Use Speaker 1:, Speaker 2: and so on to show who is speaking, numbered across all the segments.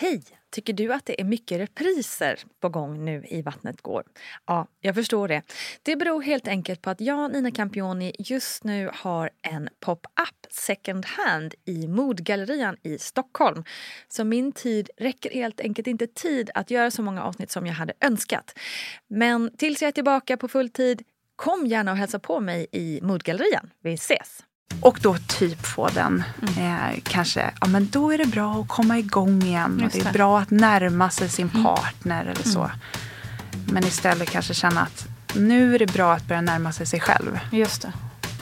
Speaker 1: Hej! Tycker du att det är mycket repriser på gång nu i Vattnet går? Ja, jag förstår det. Det beror helt enkelt på att jag, Nina Campioni, just nu har en pop-up second hand i Modgallerian i Stockholm. Så min tid räcker helt enkelt inte tid att göra så många avsnitt som jag hade önskat. Men tills jag är tillbaka på full tid, kom gärna och hälsa på mig i Modgallerian. Vi ses!
Speaker 2: Och då typ få den kanske, ja men då är det bra att komma igång igen. Och det är bra att närma sig sin partner eller så. Men istället kanske känna att nu är det bra att börja närma sig själv.
Speaker 1: Just det.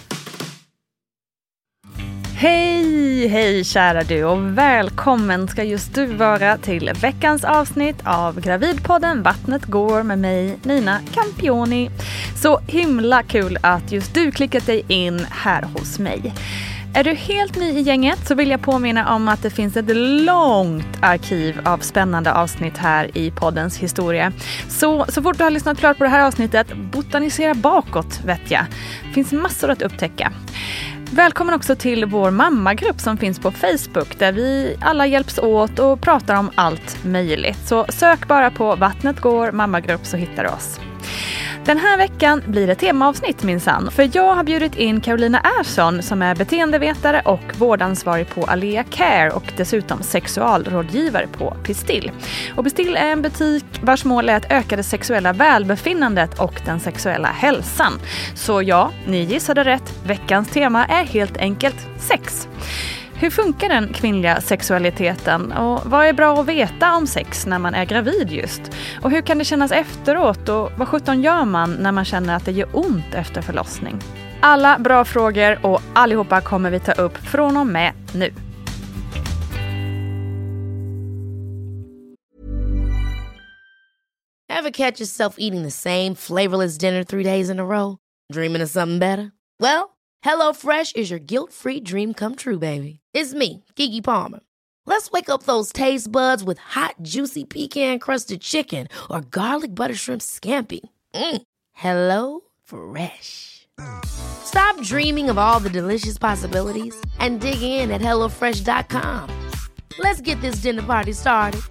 Speaker 1: Hej kära du och välkommen ska just du vara till veckans avsnitt av Gravidpodden Vattnet går med mig Nina Campioni. Så himla kul att just du klickat dig in här hos mig. Är du helt ny i gänget så vill jag påminna om att det finns ett långt arkiv av spännande avsnitt här i poddens historia. Så fort du har lyssnat klart på det här avsnittet, botanisera bakåt vet jag. Det finns massor att upptäcka. Välkommen också till vår mammagrupp som finns på Facebook där vi alla hjälps åt och pratar om allt möjligt. Så sök bara på Vattnet går mammagrupp så hittar du oss. Den här veckan blir det temaavsnitt minsann, för jag har bjudit in Carolina Ersson som är beteendevetare och vårdansvarig på Alea Care och dessutom sexualrådgivare på Pistill. Och Pistill är en butik vars mål är att öka det sexuella välbefinnandet och den sexuella hälsan. Så ja, ni gissade rätt. Veckans tema är helt enkelt sex. Hur funkar den kvinnliga sexualiteten och vad är bra att veta om sex när man är gravid just? Och hur kan det kännas efteråt och vad sjutton gör man när man känner att det gör ont efter förlossning? Alla bra frågor och allihopa kommer vi ta upp från och med nu.
Speaker 3: Ever catch yourself eating the same flavorless dinner 3 days in a row? Dreaming of something better? Well, HelloFresh is your guilt-free dream come true, baby. It's me, Keke Palmer. Let's wake up those taste buds with hot, juicy pecan-crusted chicken or garlic butter shrimp scampi. Hello Fresh. Stop dreaming of all the delicious possibilities and dig in at HelloFresh.com. Let's get this dinner party started.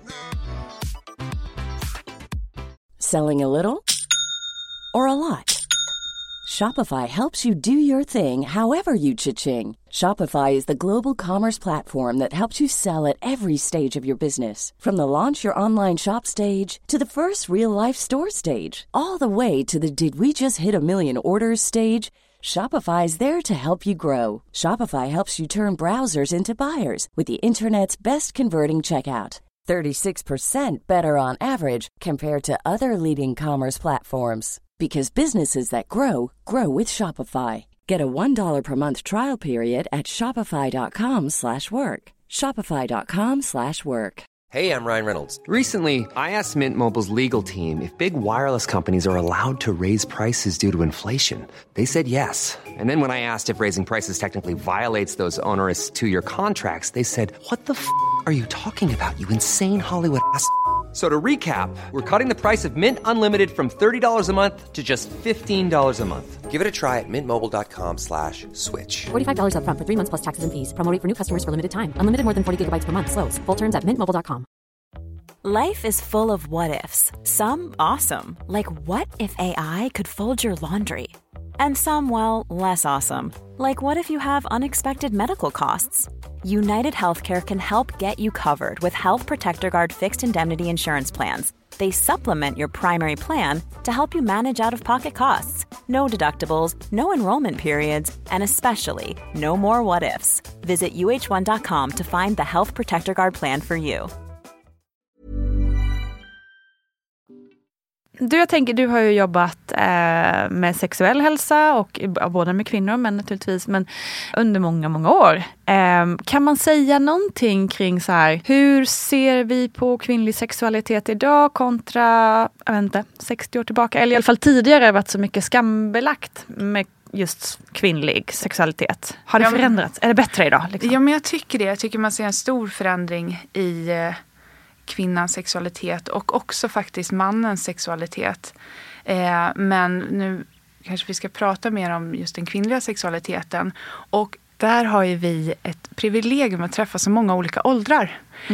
Speaker 4: Selling a little or a lot? Shopify helps you do your thing however you cha-ching. Shopify is the global commerce platform that helps you sell at every stage of your business. From the launch your online shop stage to the first real-life store stage, all the way to the did we just hit a million orders stage. Shopify is there to help you grow. Shopify helps you turn browsers into buyers with the internet's best converting checkout. 36% better on average compared to other leading commerce platforms. Because businesses that grow, grow with Shopify. Get a $1 per month trial period at shopify.com/work. Shopify.com/work.
Speaker 5: Hey, I'm Ryan Reynolds. Recently, I asked Mint Mobile's legal team if big wireless companies are allowed to raise prices due to inflation. They said yes. And then when I asked if raising prices technically violates those onerous 2-year contracts, they said, "What the f*** are you talking about, you insane Hollywood ass?" So to recap, we're cutting the price of Mint Unlimited from $30 a month to just $15 a month. Give it a try at mintmobile.com/switch.
Speaker 6: $45 up front for 3 months plus taxes and fees. Promo rate for new customers for limited time. Unlimited more than 40 gigabytes per month. Slows full terms at mintmobile.com.
Speaker 7: Life is full of what-ifs. Some awesome. Like what if AI could fold your laundry? And some, well, less awesome. Like what if you have unexpected medical costs? United Healthcare can help get you covered with Health Protector Guard fixed indemnity insurance plans. They supplement your primary plan to help you manage out-of-pocket costs. No deductibles, no enrollment periods, and especially no more what-ifs. Visit uh1.com to find the Health Protector Guard plan for you.
Speaker 1: Jag tänker, du har ju jobbat med sexuell hälsa och både med kvinnor men naturligtvis men under många år. Kan man säga någonting kring så här, hur ser vi på kvinnlig sexualitet idag kontra, jag vet inte, 60 år tillbaka? Eller i alla fall tidigare varit så mycket skambelagt med just kvinnlig sexualitet. Har det förändrats? Är det bättre idag? Liksom?
Speaker 2: Ja, men jag tycker det. Jag tycker man ser en stor förändring i kvinnans sexualitet och också faktiskt mannens sexualitet. Men nu kanske vi ska prata mer om just den kvinnliga sexualiteten. Och där har ju vi ett privilegium att träffa så många olika åldrar.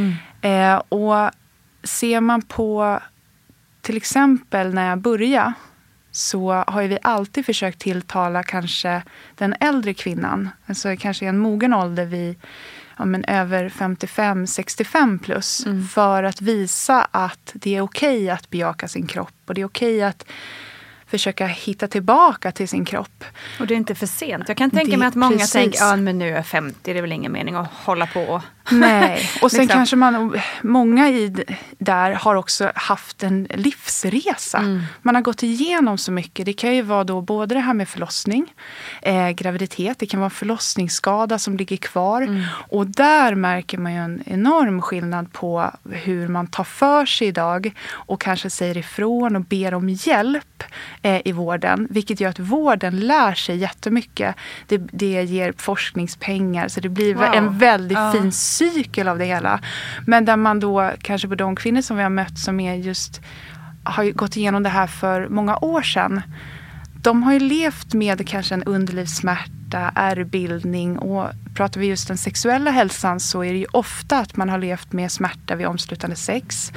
Speaker 2: Och ser man på till exempel när jag började, så har ju vi alltid försökt tilltala kanske den äldre kvinnan. Alltså kanske i en mogen ålder över 55-65 plus. För att visa att det är okej att bejaka sin kropp. Och det är okej att försöka hitta tillbaka till sin kropp.
Speaker 1: Och det är inte för sent. Jag kan tänka mig att många tänker, men nu är jag 50, det är väl ingen mening att hålla på.
Speaker 2: Nej, och sen kanske många där har också haft en livsresa. Man har gått igenom så mycket. Det kan ju vara då både det här med förlossning, graviditet, det kan vara förlossningsskada som ligger kvar. Och där märker man ju en enorm skillnad på hur man tar för sig idag och kanske säger ifrån och ber om hjälp i vården. Vilket gör att vården lär sig jättemycket. Det ger forskningspengar, så det blir en väldigt fin cykel av det hela. Men där man då kanske på de kvinnor som vi har mött som är just har gått igenom det här för många år sedan. De har ju levt med kanske en underlivssmärta, ärrbildning, och pratar vi just den sexuella hälsan så är det ju ofta att man har levt med smärta vid omslutande sex.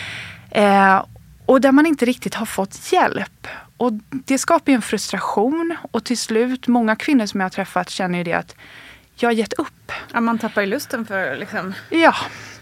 Speaker 2: Och där man inte riktigt har fått hjälp. Och det skapar ju en frustration, och till slut, många kvinnor som jag har träffat känner ju det att jag har gett upp.
Speaker 1: Ja, man tappar ju lusten för liksom.
Speaker 2: Ja,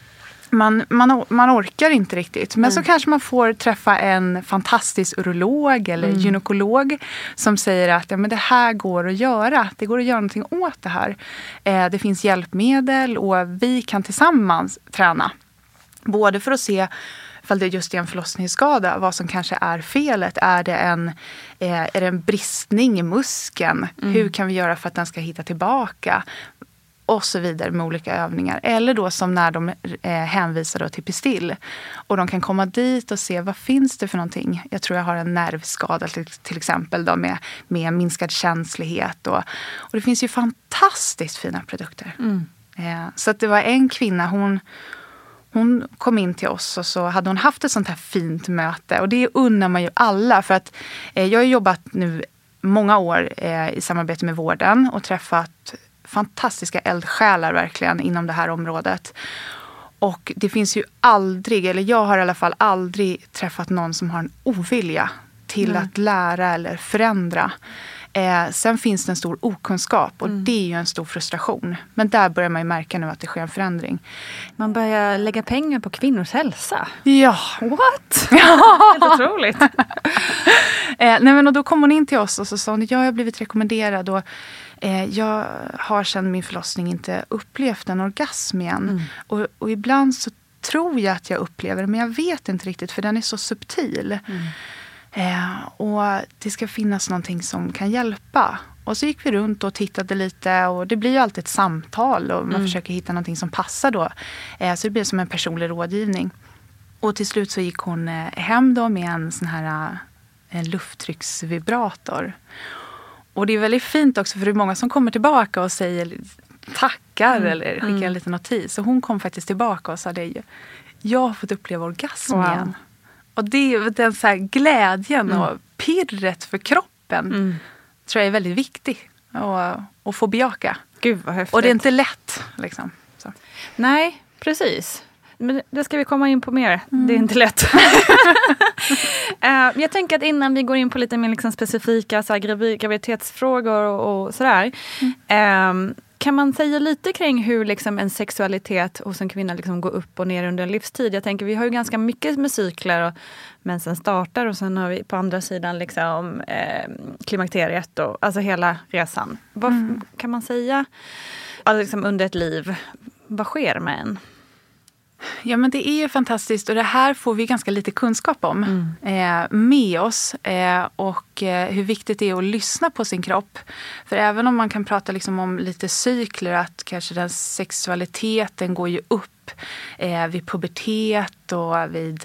Speaker 2: man orkar inte riktigt. Men så kanske man får träffa en fantastisk urolog eller gynekolog som säger att men det här går att göra. Det går att göra någonting åt det här. Det finns hjälpmedel och vi kan tillsammans träna. Både för att se ifall det just är en förlossningsskada, vad som kanske är felet. Är det en bristning i muskeln? Hur kan vi göra för att den ska hitta tillbaka? Och så vidare med olika övningar. Eller då som när de hänvisar då till Pistill. Och de kan komma dit och se vad finns det för någonting. Jag tror jag har en nervskada till exempel då med minskad känslighet. Och det finns ju fantastiskt fina produkter. Så att det var en kvinna, hon kom in till oss och så hade hon haft ett sånt här fint möte. Och det unnar man ju alla. För att jag har jobbat nu många år i samarbete med vården och träffat fantastiska eldsjälar verkligen inom det här området. Och det finns ju aldrig, eller jag har i alla fall aldrig träffat någon som har en ovilja till att lära eller förändra. Sen finns det en stor okunskap och det är ju en stor frustration. Men där börjar man ju märka nu att det sker en förändring.
Speaker 1: Man börjar lägga pengar på kvinnors hälsa.
Speaker 2: Ja.
Speaker 1: What? Helt otroligt.
Speaker 2: Nej, men och då kom hon in till oss och så sa hon, jag har blivit rekommenderad och jag har sedan min förlossning inte upplevt en orgasm igen. Och ibland så tror jag att jag upplever det, men jag vet inte riktigt för den är så subtil. Och det ska finnas någonting som kan hjälpa. Och så gick vi runt och tittade lite och det blir ju alltid ett samtal och man försöker hitta någonting som passar då. Så det blir som en personlig rådgivning. Och till slut så gick hon hem då med en sån här en lufttrycksvibrator. Och det är väldigt fint också för det är många som kommer tillbaka och säger tackar eller skickar en liten notis. Så hon kom faktiskt tillbaka och sa det, jag har fått uppleva orgasm igen. Och det är ju den så här glädjen och pirret för kroppen tror jag är väldigt viktig att få bejaka.
Speaker 1: Gud vad häftigt.
Speaker 2: Och det är inte lätt liksom. Så.
Speaker 1: Nej, precis. Men det ska vi komma in på mer. Det är inte lätt. Jag tänker att innan vi går in på lite mer liksom specifika så här, graviditetsfrågor och sådär. Kan man säga lite kring hur liksom en sexualitet hos en kvinna liksom går upp och ner under en livstid? Jag tänker vi har ju ganska mycket med cykler och mensen startar och sen har vi på andra sidan liksom klimakteriet och alltså hela resan. Vad kan man säga alltså, liksom under ett liv? Vad sker med en?
Speaker 2: Ja men det är ju fantastiskt och det här får vi ganska lite kunskap om med oss och hur viktigt det är att lyssna på sin kropp. För även om man kan prata liksom om lite cykler att kanske den sexualiteten går ju upp vid pubertet och vid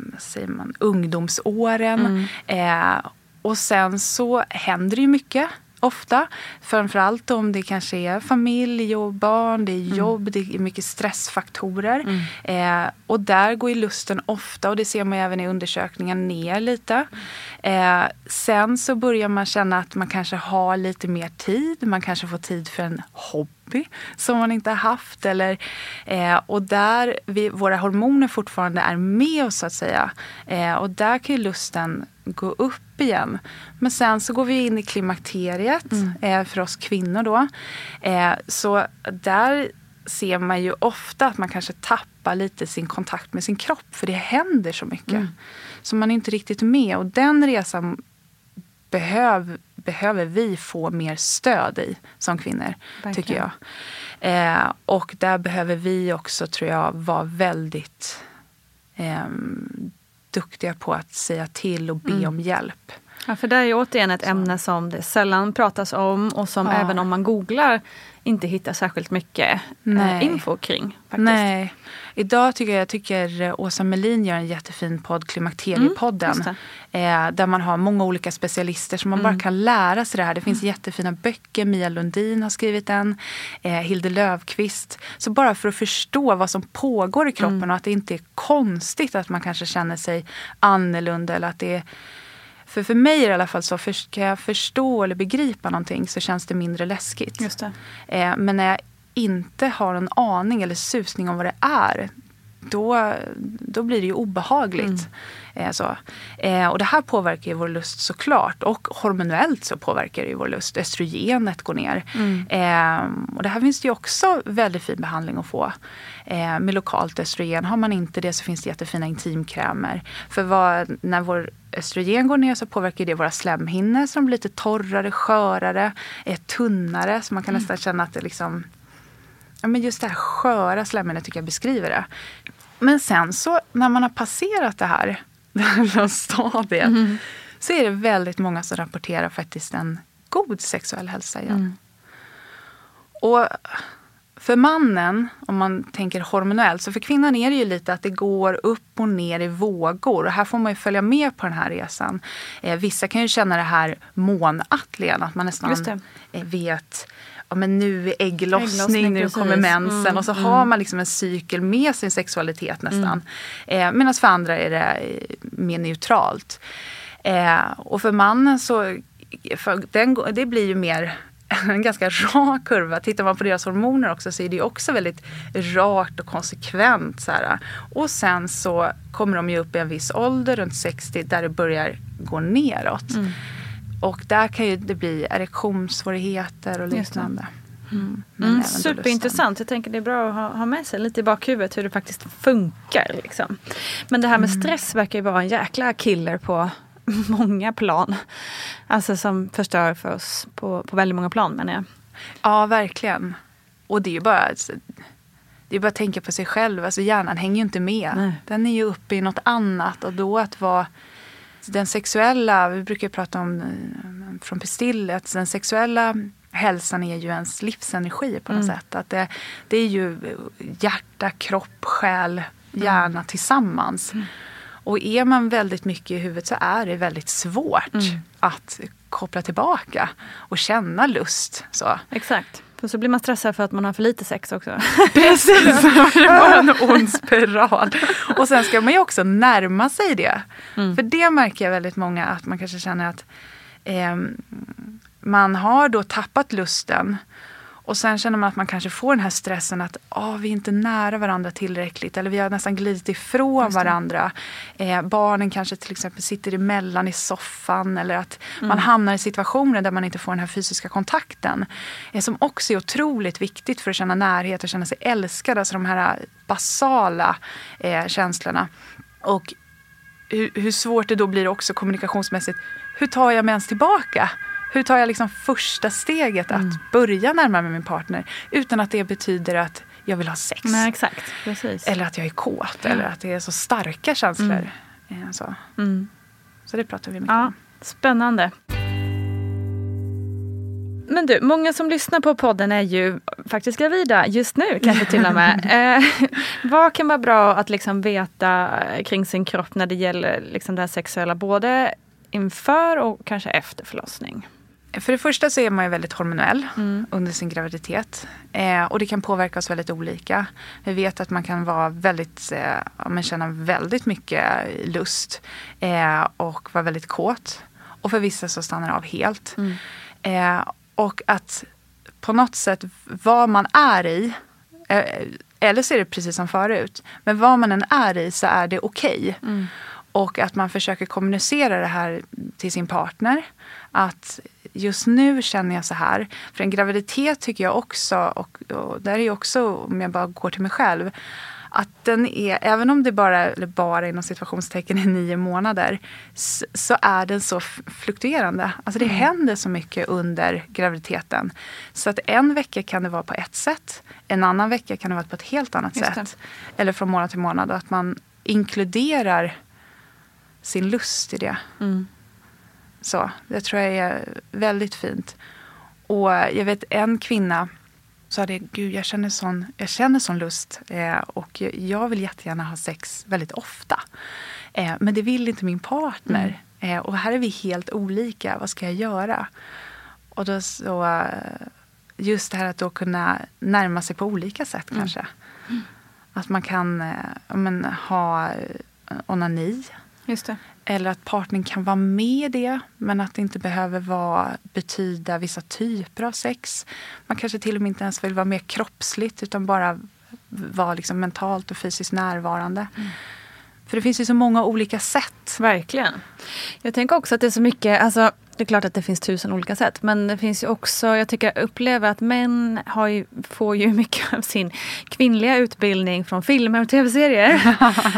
Speaker 2: säger man, ungdomsåren och sen så händer det ju mycket Ofta, framförallt om det kanske är familj och barn, det är jobb, det är mycket stressfaktorer. Och där går ju lusten ofta, och det ser man även i undersökningen, ner lite. Sen så börjar man känna att man kanske har lite mer tid, man kanske får tid för en hobby som man inte har haft. Och där våra hormoner fortfarande är med oss så att säga. Och där kan ju lusten gå upp igen. Men sen så går vi in i klimakteriet för oss kvinnor då. Så där ser man ju ofta att man kanske tappar lite sin kontakt med sin kropp. För det händer så mycket. Så man är inte riktigt med. Och den resan behöver vi få mer stöd i som kvinnor, tycker jag. Och där behöver vi också, tror jag, vara väldigt duktiga på att säga till och be om hjälp.
Speaker 1: Ja, för det är ju återigen ett ämne som det sällan pratas om och som även om man googlar inte hittar särskilt mycket info kring. Faktiskt.
Speaker 2: Nej. Idag tycker Åsa Melin gör en jättefin podd, Klimakteriepodden. Där man har många olika specialister som man bara kan lära sig det här. Det finns jättefina böcker. Mia Lundin har skrivit en. Hilde Löfqvist. Så bara för att förstå vad som pågår i kroppen och att det inte är konstigt att man kanske känner sig annorlunda eller att det är... För mig i alla fall så kan jag förstå eller begripa någonting så känns det mindre läskigt.
Speaker 1: Just det.
Speaker 2: Men när jag inte har en aning eller susning om vad det är, då blir det ju obehagligt. Och det här påverkar ju vår lust såklart. Och hormonellt så påverkar det ju vår lust. Östrogenet går ner. Och det här finns det ju också väldigt fin behandling att få. Med lokalt östrogen. Har man inte det så finns det jättefina intimkrämer. För när vår östrogen går ner så påverkar det våra slemhinnor som blir lite torrare, skörare, tunnare. Så man kan nästan känna att det liksom... Ja, men just det här sköra slemhinnan tycker jag beskriver det. Men sen så när man har passerat det här stadiet så är det väldigt många som rapporterar faktiskt en god sexuell hälsa igen. Och för mannen, om man tänker hormonellt, så för kvinnan är det ju lite att det går upp och ner i vågor. Och här får man ju följa med på den här resan. Vissa kan ju känna det här månatligen, att man nästan vet... Ja, men nu är ägglossning, nu kommer mensen och så har man liksom en cykel med sin sexualitet nästan. Medan för andra är det mer neutralt. Och för mannen så det blir ju mer en ganska rak kurva. Tittar man på deras hormoner också så är det ju också väldigt rakt och konsekvent. Så här. Och sen så kommer de ju upp i en viss ålder, runt 60, där det börjar gå neråt. Och där kan ju det bli erektionssvårigheter och liknande.
Speaker 1: Superintressant. Jag tänker det är bra att ha med sig lite i bakhuvudet hur det faktiskt funkar. Liksom. Men det här med stress verkar ju vara en jäkla killer på många plan. Alltså som förstör för oss på väldigt många plan, menar jag.
Speaker 2: Ja, verkligen. Och det är ju bara... Det är bara att tänka på sig själv. Alltså hjärnan hänger ju inte med. Nej. Den är ju uppe i något annat. Och då att vara... Den sexuella, vi brukar prata om från Pestille, att den sexuella hälsan är ju ens livsenergi på något sätt. Att det är ju hjärta, kropp, själ, hjärna tillsammans. Och är man väldigt mycket i huvudet så är det väldigt svårt att koppla tillbaka och känna lust. Så.
Speaker 1: Exakt. För så blir man stressad för att man har för lite sex också.
Speaker 2: Precis, det var en ond spiral. Och sen ska man ju också närma sig det. För det märker jag väldigt många att man kanske känner att man har då tappat lusten. Och sen känner man att man kanske får den här stressen att vi är inte nära varandra tillräckligt. Eller vi har nästan glidit ifrån varandra. Barnen kanske till exempel sitter emellan i soffan. Eller att man hamnar i situationer där man inte får den här fysiska kontakten. Som också är otroligt viktigt för att känna närhet och känna sig älskad. Alltså de här basala känslorna. Och hur svårt det då blir också kommunikationsmässigt. Hur tar jag mig ens tillbaka? Hur tar jag liksom första steget att börja närma mig min partner utan att det betyder att jag vill ha sex?
Speaker 1: Nej, exakt. Precis.
Speaker 2: Eller att jag är kåt eller att det är så starka känslor. Så det pratar vi mycket om.
Speaker 1: Spännande. Men du, många som lyssnar på podden är ju faktiskt gravida just nu, kanske till och med. Vad kan vara bra att liksom veta kring sin kropp när det gäller liksom det här sexuella, både inför och kanske efter förlossning?
Speaker 2: För det första så är man ju väldigt hormonell under sin graviditet. Och det kan påverka oss väldigt olika. Vi vet att man kan vara väldigt, man känner väldigt mycket lust och vara väldigt kåt. Och för vissa så stannar det av helt. Och att på något sätt vad man är i, eller så är det precis som förut, men vad man än är i så är det okej. Och att man försöker kommunicera det här till sin partner. Att just nu känner jag så här. För en graviditet tycker jag också, och där är också, om jag bara går till mig själv, att den är, även om det bara inom situationstecken är 9 månader, så är den så fluktuerande. Alltså det händer så mycket under graviditeten. Så att en vecka kan det vara på ett sätt, en annan vecka kan det vara på ett helt annat sätt. Eller från månad till månad. Och att man inkluderar sin lust i det. Så, det tror jag är väldigt fint. Och jag vet en kvinna sa det, gud jag känner sån lust och jag vill jättegärna ha sex väldigt ofta. Men det vill inte min partner. Och här är vi helt olika, vad ska jag göra? Och då så, just det här att då kunna närma sig på olika sätt kanske. Att man kan ha onani.
Speaker 1: Just det.
Speaker 2: Eller att partnern kan vara med i det, men att det inte behöver betyda vissa typer av sex. Man kanske till och med inte ens vill vara mer kroppsligt, utan bara vara liksom mentalt och fysiskt närvarande. För det finns ju så många olika sätt.
Speaker 1: Verkligen. Jag tänker också att det är så mycket, alltså det är klart att det finns 1000 olika sätt, men det finns ju också, jag tycker jag upplever att män får ju mycket av sin kvinnliga utbildning från filmer och tv-serier.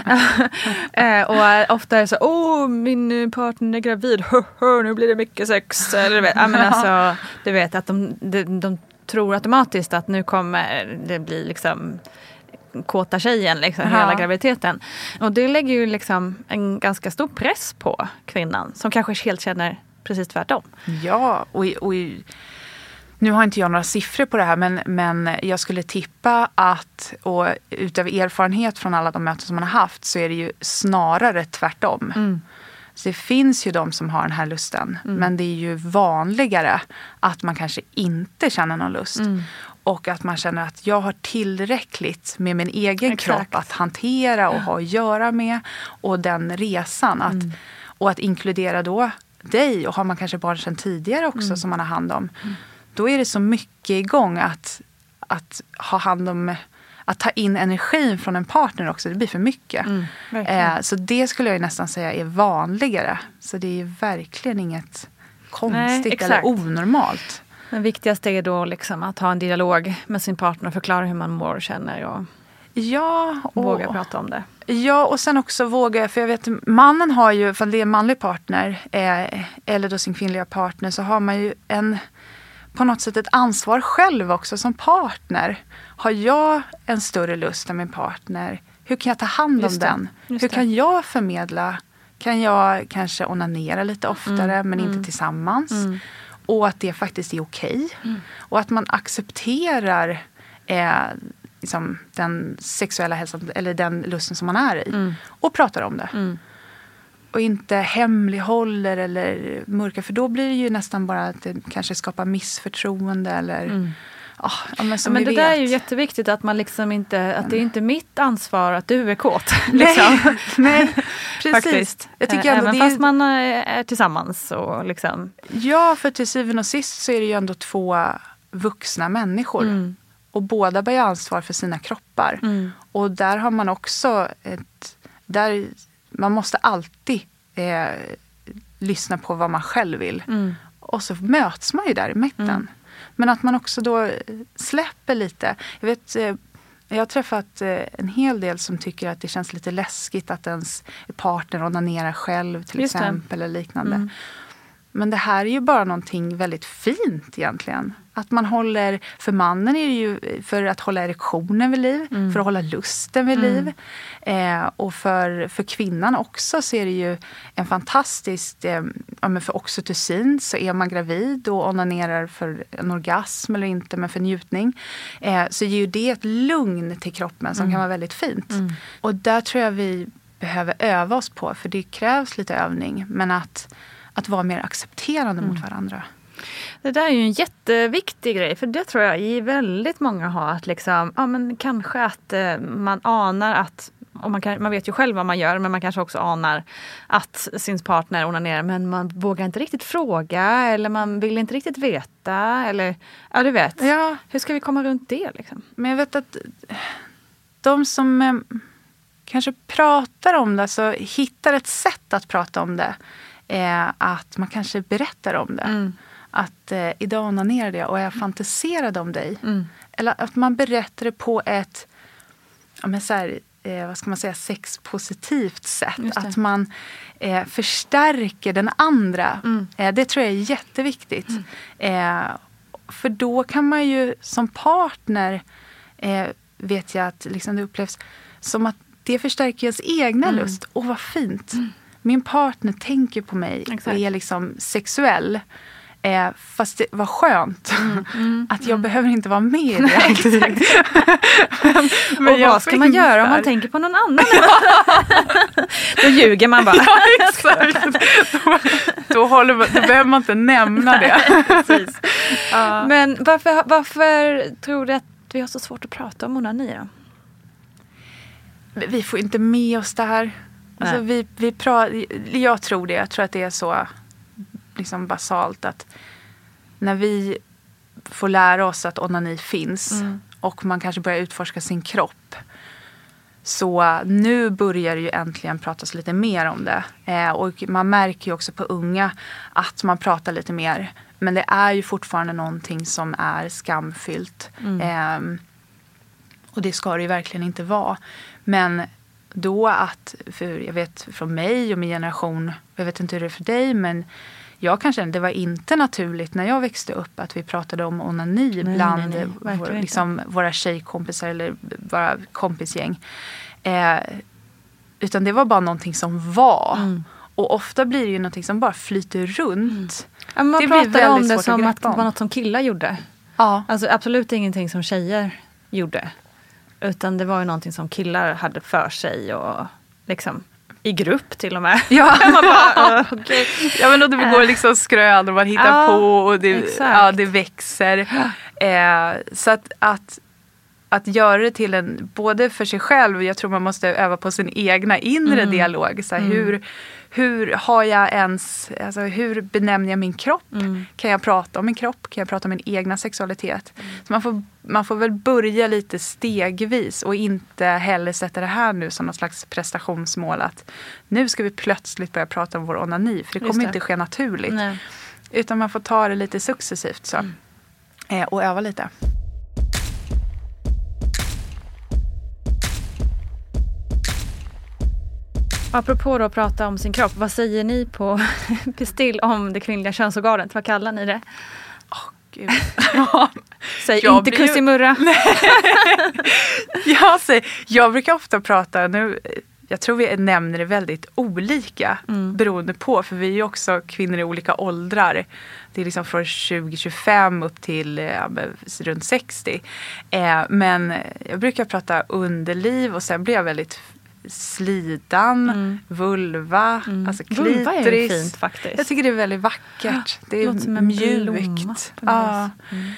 Speaker 1: Och ofta är det så, min partner är gravid, nu blir det mycket sex. Eller, alltså, du vet att de tror automatiskt att nu kommer det bli liksom kåta tjejen liksom, hela graviditeten. Och det lägger ju liksom en ganska stor press på kvinnan som kanske helt känner precis tvärtom.
Speaker 2: Ja, och nu har inte jag några siffror på det här, men jag skulle tippa att, och utav erfarenhet från alla de möten som man har haft, så är det ju snarare tvärtom. Så det finns ju de som har den här lusten, men det är ju vanligare att man kanske inte känner någon lust. Och att man känner att jag har tillräckligt med min egen kropp att hantera och ha att göra med. Och den resan. Och att inkludera då dig, och har man kanske barn sedan tidigare också som man har hand om. Då är det så mycket igång att ha hand om, att ta in energin från en partner också. Det blir för mycket. Så det skulle jag nästan säga är vanligare. Så det är verkligen inget konstigt eller onormalt.
Speaker 1: Det viktigaste är då liksom att ha en dialog med sin partner och förklara hur man mår och känner och våga prata om det.
Speaker 2: Ja, och sen också våga, för jag vet mannen har ju, för det är en manlig partner eller då sin kvinnliga partner, så har man ju på något sätt ett ansvar själv också som partner. Har jag en större lust än min partner? Hur kan jag ta hand om den? Hur kan jag förmedla? Kan jag kanske onanera lite oftare men inte tillsammans? Och att det faktiskt är okej. Och att man accepterar liksom den sexuella hälsan eller den lusten som man är i. Och pratar om det. Och inte hemlighåller eller mörkar. För då blir det ju nästan bara att det kanske skapar missförtroende. Eller, men det
Speaker 1: där är ju jätteviktigt att man liksom inte, att det är inte mitt ansvar att du är kåt. Liksom.
Speaker 2: Nej, precis.
Speaker 1: Faktiskt.
Speaker 2: Jag tycker ändå
Speaker 1: även fast man är tillsammans. Och liksom.
Speaker 2: Ja, för till syvende och sist så är det ju ändå 2 vuxna människor. Och båda bär ansvar för sina kroppar. Och där har man också man måste alltid lyssna på vad man själv vill. Och så möts man ju där i mitten. Men att man också då släpper lite. Jag har träffat en hel del som tycker att det känns lite läskigt att ens partner onanerar själv till exempel eller liknande. Men det här är ju bara någonting väldigt fint egentligen. Att man håller, för mannen är det ju för att hålla erektionen vid liv, för att hålla lusten vid liv. Och för kvinnan också så är det ju en fantastisk, för oxytocin så är man gravid och onanerar för en orgasm eller inte, men för njutning. Så ger ju det ett lugn till kroppen som kan vara väldigt fint. Och där tror jag vi behöver öva oss på, för det krävs lite övning, men att vara mer accepterande mot varandra.
Speaker 1: Det där är ju en jätteviktig grej, för det tror jag väldigt många har, att liksom, ja men kanske att man anar att, och man vet ju själv vad man gör, men man kanske också anar att sin partner onanerar, men man vågar inte riktigt fråga, eller man vill inte riktigt veta, eller ja du vet.
Speaker 2: Ja.
Speaker 1: Hur ska vi komma runt det liksom?
Speaker 2: Men jag vet att de som kanske pratar om det, så hittar ett sätt att prata om det, att man kanske berättar om det. Att idag onanerade jag och jag fantiserade om dig. Eller att man berättar det på ett, ja men så här, vad ska man säga, sexpositivt sätt. Att man förstärker den andra. Det tror jag är jätteviktigt. För då kan man ju som partner, vet jag att liksom det upplevs som att det förstärker ens egna lust. Åh, vad fint. Min partner tänker på mig och är liksom sexuell. Fast det var skönt att jag behöver inte vara med i det.
Speaker 1: men och vad ska man göra om man tänker på någon annan? Då ljuger man bara.
Speaker 2: Ja, exakt. Då behöver man inte nämna det.
Speaker 1: Precis. Men varför tror du att vi har så svårt att prata om onani då?
Speaker 2: Vi får inte med oss det här. Alltså, jag tror det. Jag tror att det är så liksom basalt att när vi får lära oss att onani finns och man kanske börjar utforska sin kropp, så nu börjar det ju äntligen pratas lite mer om det. Och man märker ju också på unga att man pratar lite mer. Men det är ju fortfarande någonting som är skamfyllt. Och det ska det ju verkligen inte vara. Men då att, för jag vet från mig och min generation, jag vet inte hur det är för dig, men jag kan känna det var inte naturligt när jag växte upp att vi pratade om onani bland liksom våra tjejkompisar eller våra kompisgäng. Utan det var bara någonting som var. Och ofta blir det ju någonting som bara flyter runt.
Speaker 1: Ja, man pratade om det som att det var något som killar gjorde. Ja. Alltså absolut ingenting som tjejer gjorde. Utan det var ju någonting som killar hade för sig och liksom i grupp till och med. Ja, man bara, okay.
Speaker 2: Ja men då det går liksom skrön och man hittar på och det växer. Så att göra det till en, både för sig själv, jag tror man måste öva på sin egna inre dialog. Så här, hur har jag ens, alltså hur benämner jag min kropp? Kan jag prata om min kropp? Kan jag prata om min egna sexualitet? Så man får väl börja lite stegvis och inte heller sätta det här nu som något slags prestationsmål att nu ska vi plötsligt börja prata om vår onani, för det kommer inte ske naturligt. Nej. Utan man får ta det lite successivt så. Och öva lite.
Speaker 1: Apropå då att prata om sin kropp, vad säger ni på Pistill om det kvinnliga könsorganet? Vad kallar ni det?
Speaker 2: Gud.
Speaker 1: Säg inte kussimurra.
Speaker 2: Jag brukar ofta prata nu. Jag tror vi nämner det väldigt olika beroende på, för vi är ju också kvinnor i olika åldrar. Det är liksom från 20-25 upp till runt 60. Men jag brukar prata underliv och sen blir jag väldigt slidan, vulva, alltså klitoris.
Speaker 1: Vulva är ju fint faktiskt.
Speaker 2: Jag tycker det är väldigt vackert. Det är
Speaker 1: som en
Speaker 2: mjukt. Ja.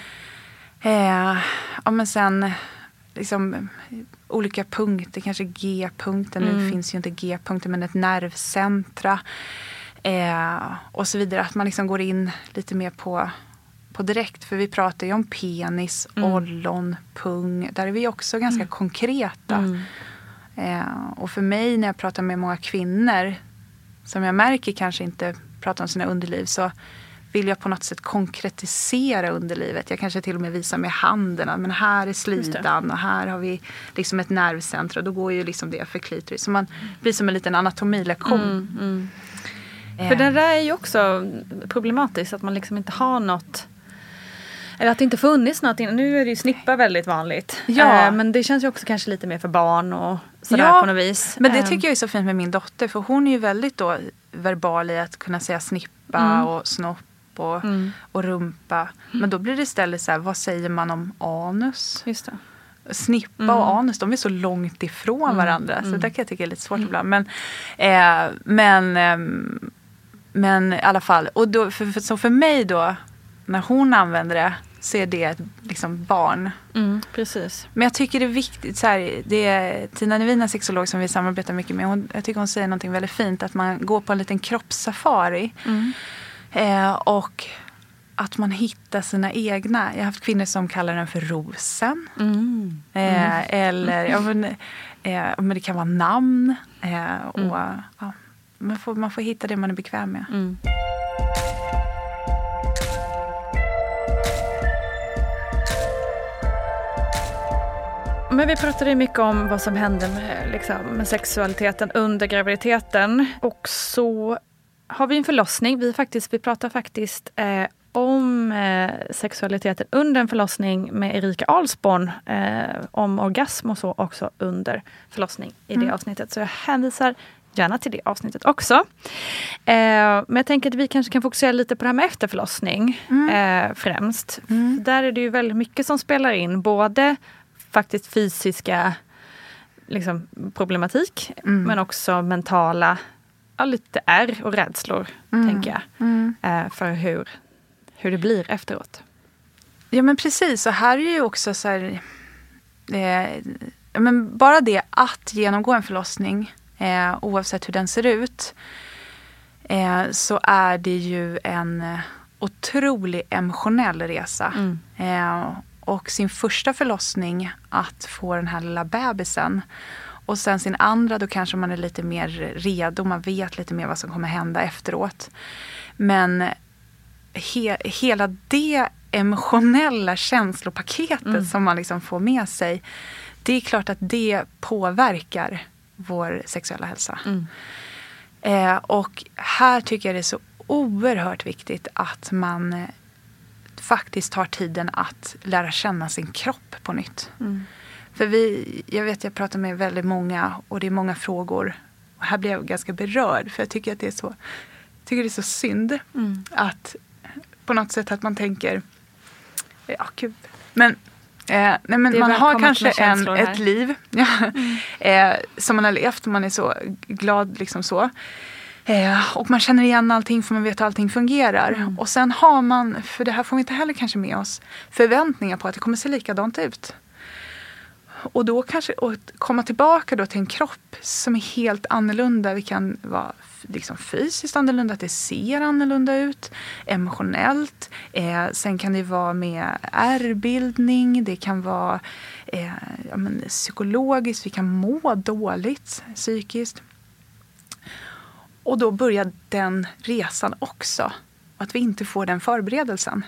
Speaker 2: Men sen liksom olika punkter, kanske G-punkten. Nu finns ju inte G-punkten, men ett nervcentra. Och så vidare. Att man liksom går in lite mer på direkt. För vi pratar ju om penis, ollon, pung. Där är vi också ganska konkreta. Och för mig när jag pratar med många kvinnor som jag märker kanske inte pratar om sina underliv, så vill jag på något sätt konkretisera underlivet. Jag kanske till och med visar med händerna, men här är slidan och här har vi liksom ett nervcentra. Då går ju liksom det för klitoris. Så man blir som en liten anatomilektion.
Speaker 1: För det där är ju också problematiskt att man liksom inte har något, eller att det inte funnits något. Nu är det ju snippa väldigt vanligt. Ja. Men det känns ju också kanske lite mer för barn och sådär på något vis.
Speaker 2: Men det tycker jag är så fint med min dotter. För hon är ju väldigt då verbal i att kunna säga snippa och snopp och rumpa. Men då blir det istället så här, vad säger man om anus?
Speaker 1: Just det.
Speaker 2: Snippa och anus, de är så långt ifrån varandra. Så det kan jag tycka är lite svårt ibland. Men i alla fall. Och då, så för mig då, när hon använder det så är det ett liksom barn.
Speaker 1: Precis.
Speaker 2: Men jag tycker det är viktigt, så här, det är Tina Nevina, sexolog som vi samarbetar mycket med, jag tycker hon säger någonting väldigt fint, att man går på en liten kroppssafari och att man hittar sina egna. Jag har haft kvinnor som kallar den för rosen. Eller men det kan vara namn. Och, ja, man får hitta det man är bekväm med.
Speaker 1: Men vi pratade mycket om vad som händer med sexualiteten under graviditeten. Och så har vi en förlossning. Vi pratar faktiskt om sexualiteten under en förlossning med Erika Alsborn. Om orgasm och så också under förlossning i det avsnittet. Så jag hänvisar gärna till det avsnittet också. Men jag tänker att vi kanske kan fokusera lite på det här med efterförlossning främst. Där är det ju väldigt mycket som spelar in. Både faktiskt fysiska liksom, problematik men också mentala lite ärr och rädslor tänker jag. För hur det blir efteråt.
Speaker 2: Ja men precis, och här är ju också så här, men bara det att genomgå en förlossning oavsett hur den ser ut så är det ju en otrolig emotionell resa. Och sin första förlossning att få den här lilla bebisen. Och sen sin andra, då kanske man är lite mer redo. Man vet lite mer vad som kommer hända efteråt. Men hela det emotionella känslopaketet som man liksom får med sig. Det är klart att det påverkar vår sexuella hälsa. Och här tycker jag det är så oerhört viktigt att man faktiskt tar tiden att lära känna sin kropp på nytt. För jag pratar med väldigt många och det är många frågor. Och här blir jag ganska berörd för jag tycker att det är så synd att på något sätt att man tänker gud. Men man har kanske ett liv som man har levt och man är så glad liksom så. Och man känner igen allting för man vet att allting fungerar. Och sen har man, för det här får vi inte heller kanske med oss, förväntningar på att det kommer se likadant ut. Och då kanske att komma tillbaka då till en kropp som är helt annorlunda. Vi kan vara liksom fysiskt annorlunda, att det ser annorlunda ut. Emotionellt. Sen kan det vara med ärrbildning. Det kan vara psykologiskt. Vi kan må dåligt psykiskt. Och då börjar den resan också. Att vi inte får den förberedelsen.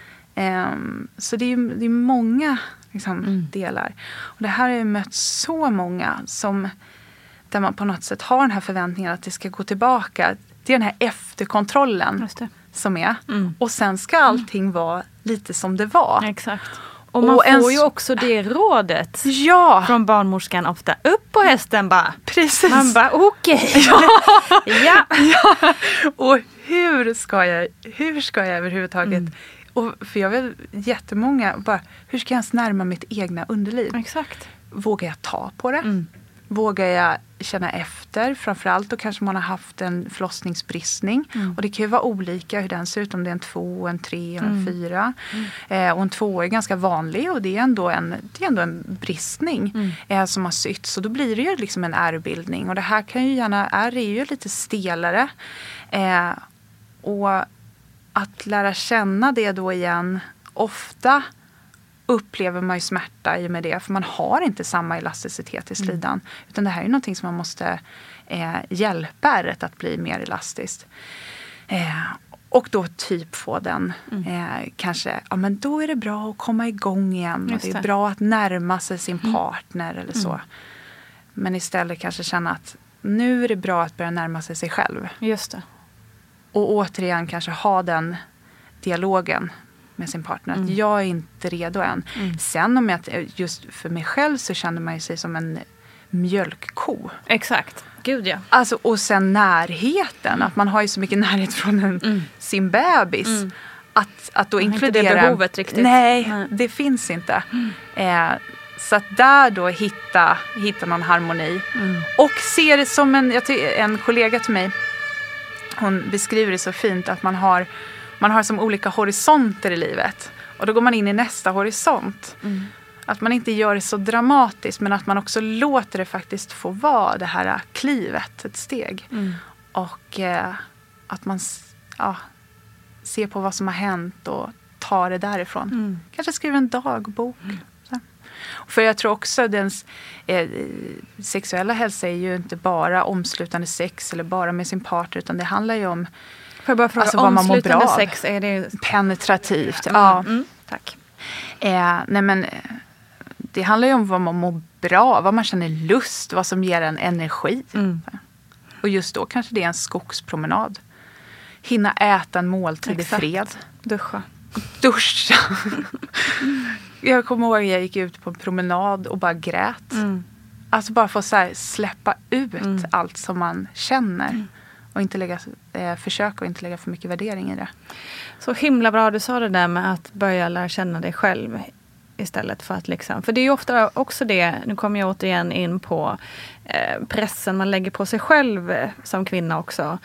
Speaker 2: Så det är många liksom, delar. Och det här har jag mött så många där man på något sätt har den här förväntningen att det ska gå tillbaka. Det är den här efterkontrollen som är. Och sen ska allting vara lite som det var.
Speaker 1: Exakt. Och man får ju också det rådet från barnmorskan ofta. Upp på hästen bara.
Speaker 2: Precis.
Speaker 1: Man bara okej.
Speaker 2: Ja. Och hur ska jag överhuvudtaget... Och för jag vet jättemånga bara, hur ska jag ens närma mitt egna underliv?
Speaker 1: Exakt.
Speaker 2: Vågar jag ta på det? Vågar jag känna efter? Framförallt då kanske man har haft en förlossningsbristning. Och det kan ju vara olika hur den ser ut. Om det är en 2, en 3 eller en 4. Och en 2 är ganska vanlig. Och det är ändå en bristning som har sytt. Så då blir det ju liksom en ärrbildning. Och det här kan ju gärna, ärr är ju lite stelare. Och att lära känna det då igen. Ofta upplever man ju smärta i och med det. För man har inte samma elasticitet i slidan. Utan det här är någonting som man måste hjälpa ärret att bli mer elastiskt. Och då typ få den kanske, men då är det bra att komma igång igen. Och det är bra att närma sig sin partner eller så. Men istället kanske känna att nu är det bra att börja närma sig själv.
Speaker 1: Just det.
Speaker 2: Och återigen kanske ha den dialogen med sin partner. Att jag är inte redo än. Sen om just för mig själv så känner man sig som en mjölkko.
Speaker 1: Exakt. Gud ja.
Speaker 2: Alltså, och sen närheten. Att man har ju så mycket närhet från sin bebis. Att då inkludera...
Speaker 1: Inte det behovet riktigt.
Speaker 2: Nej, det finns inte. Så att där då hitta någon harmoni. Och se det som en kollega till mig. Hon beskriver det så fint att man har man har som olika horisonter i livet. Och då går man in i nästa horisont. Att man inte gör det så dramatiskt, men att man också låter det faktiskt få vara det här klivet, ett steg. Och att man ser på vad som har hänt och tar det därifrån. Kanske skriver en dagbok. För jag tror också att sexuella hälsa är ju inte bara omslutande sex eller bara med sin partner, utan det handlar ju om
Speaker 1: vad man mår bra av. Sex, är det
Speaker 2: penetrativt.
Speaker 1: Tack.
Speaker 2: Nej men det handlar ju om vad man mår bra, vad man känner lust, vad som ger en energi. Och just då kanske det är en skogspromenad. Hinna äta en måltid i fred.
Speaker 1: Duscha.
Speaker 2: Jag kommer ihåg att jag gick ut på en promenad och bara grät. Alltså bara få så här släppa ut allt som man känner. Och inte försöka och inte lägga för mycket värdering i det.
Speaker 1: Så himla bra du sa det där med att börja lära känna dig själv istället för att liksom, för det är ju ofta också det, nu kommer jag återigen in på pressen man lägger på sig själv som kvinna också.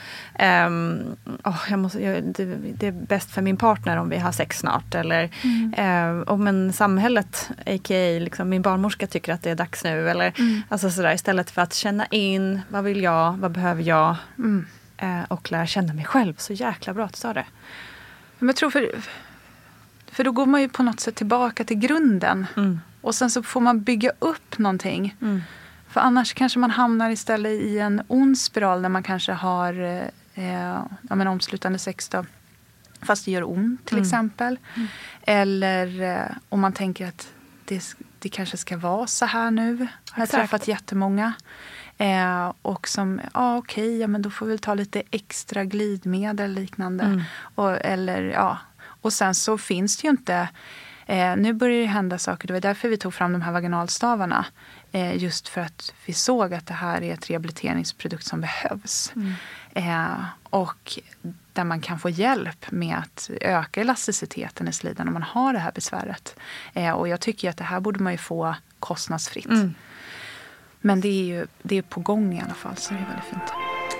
Speaker 1: Det är bäst för min partner om vi har sex snart, eller men samhället, a.k.a. liksom, min barnmorska tycker att det är dags nu, eller alltså sådär, istället för att känna in, vad vill jag, vad behöver jag, och lära känna mig själv. Så jäkla bra att du sa det.
Speaker 2: Men jag tror för då går man ju på något sätt tillbaka till grunden. Och sen så får man bygga upp någonting. För annars kanske man hamnar istället i en ond spiral där man kanske har omslutande sex då. Fast det gör ont till exempel. Eller om man tänker att det kanske ska vara så här nu. Jag har träffat jättemånga. Och som, men då får vi ta lite extra glidmedel liknande. Och sen så finns det ju inte, nu börjar det hända saker, det var därför vi tog fram de här vaginalstavarna. Just för att vi såg att det här är ett rehabiliteringsprodukt som behövs. Och där man kan få hjälp med att öka elasticiteten i slidan om man har det här besväret. Och jag tycker att det här borde man ju få kostnadsfritt. Men det är på gång i alla fall, så det är väldigt fint.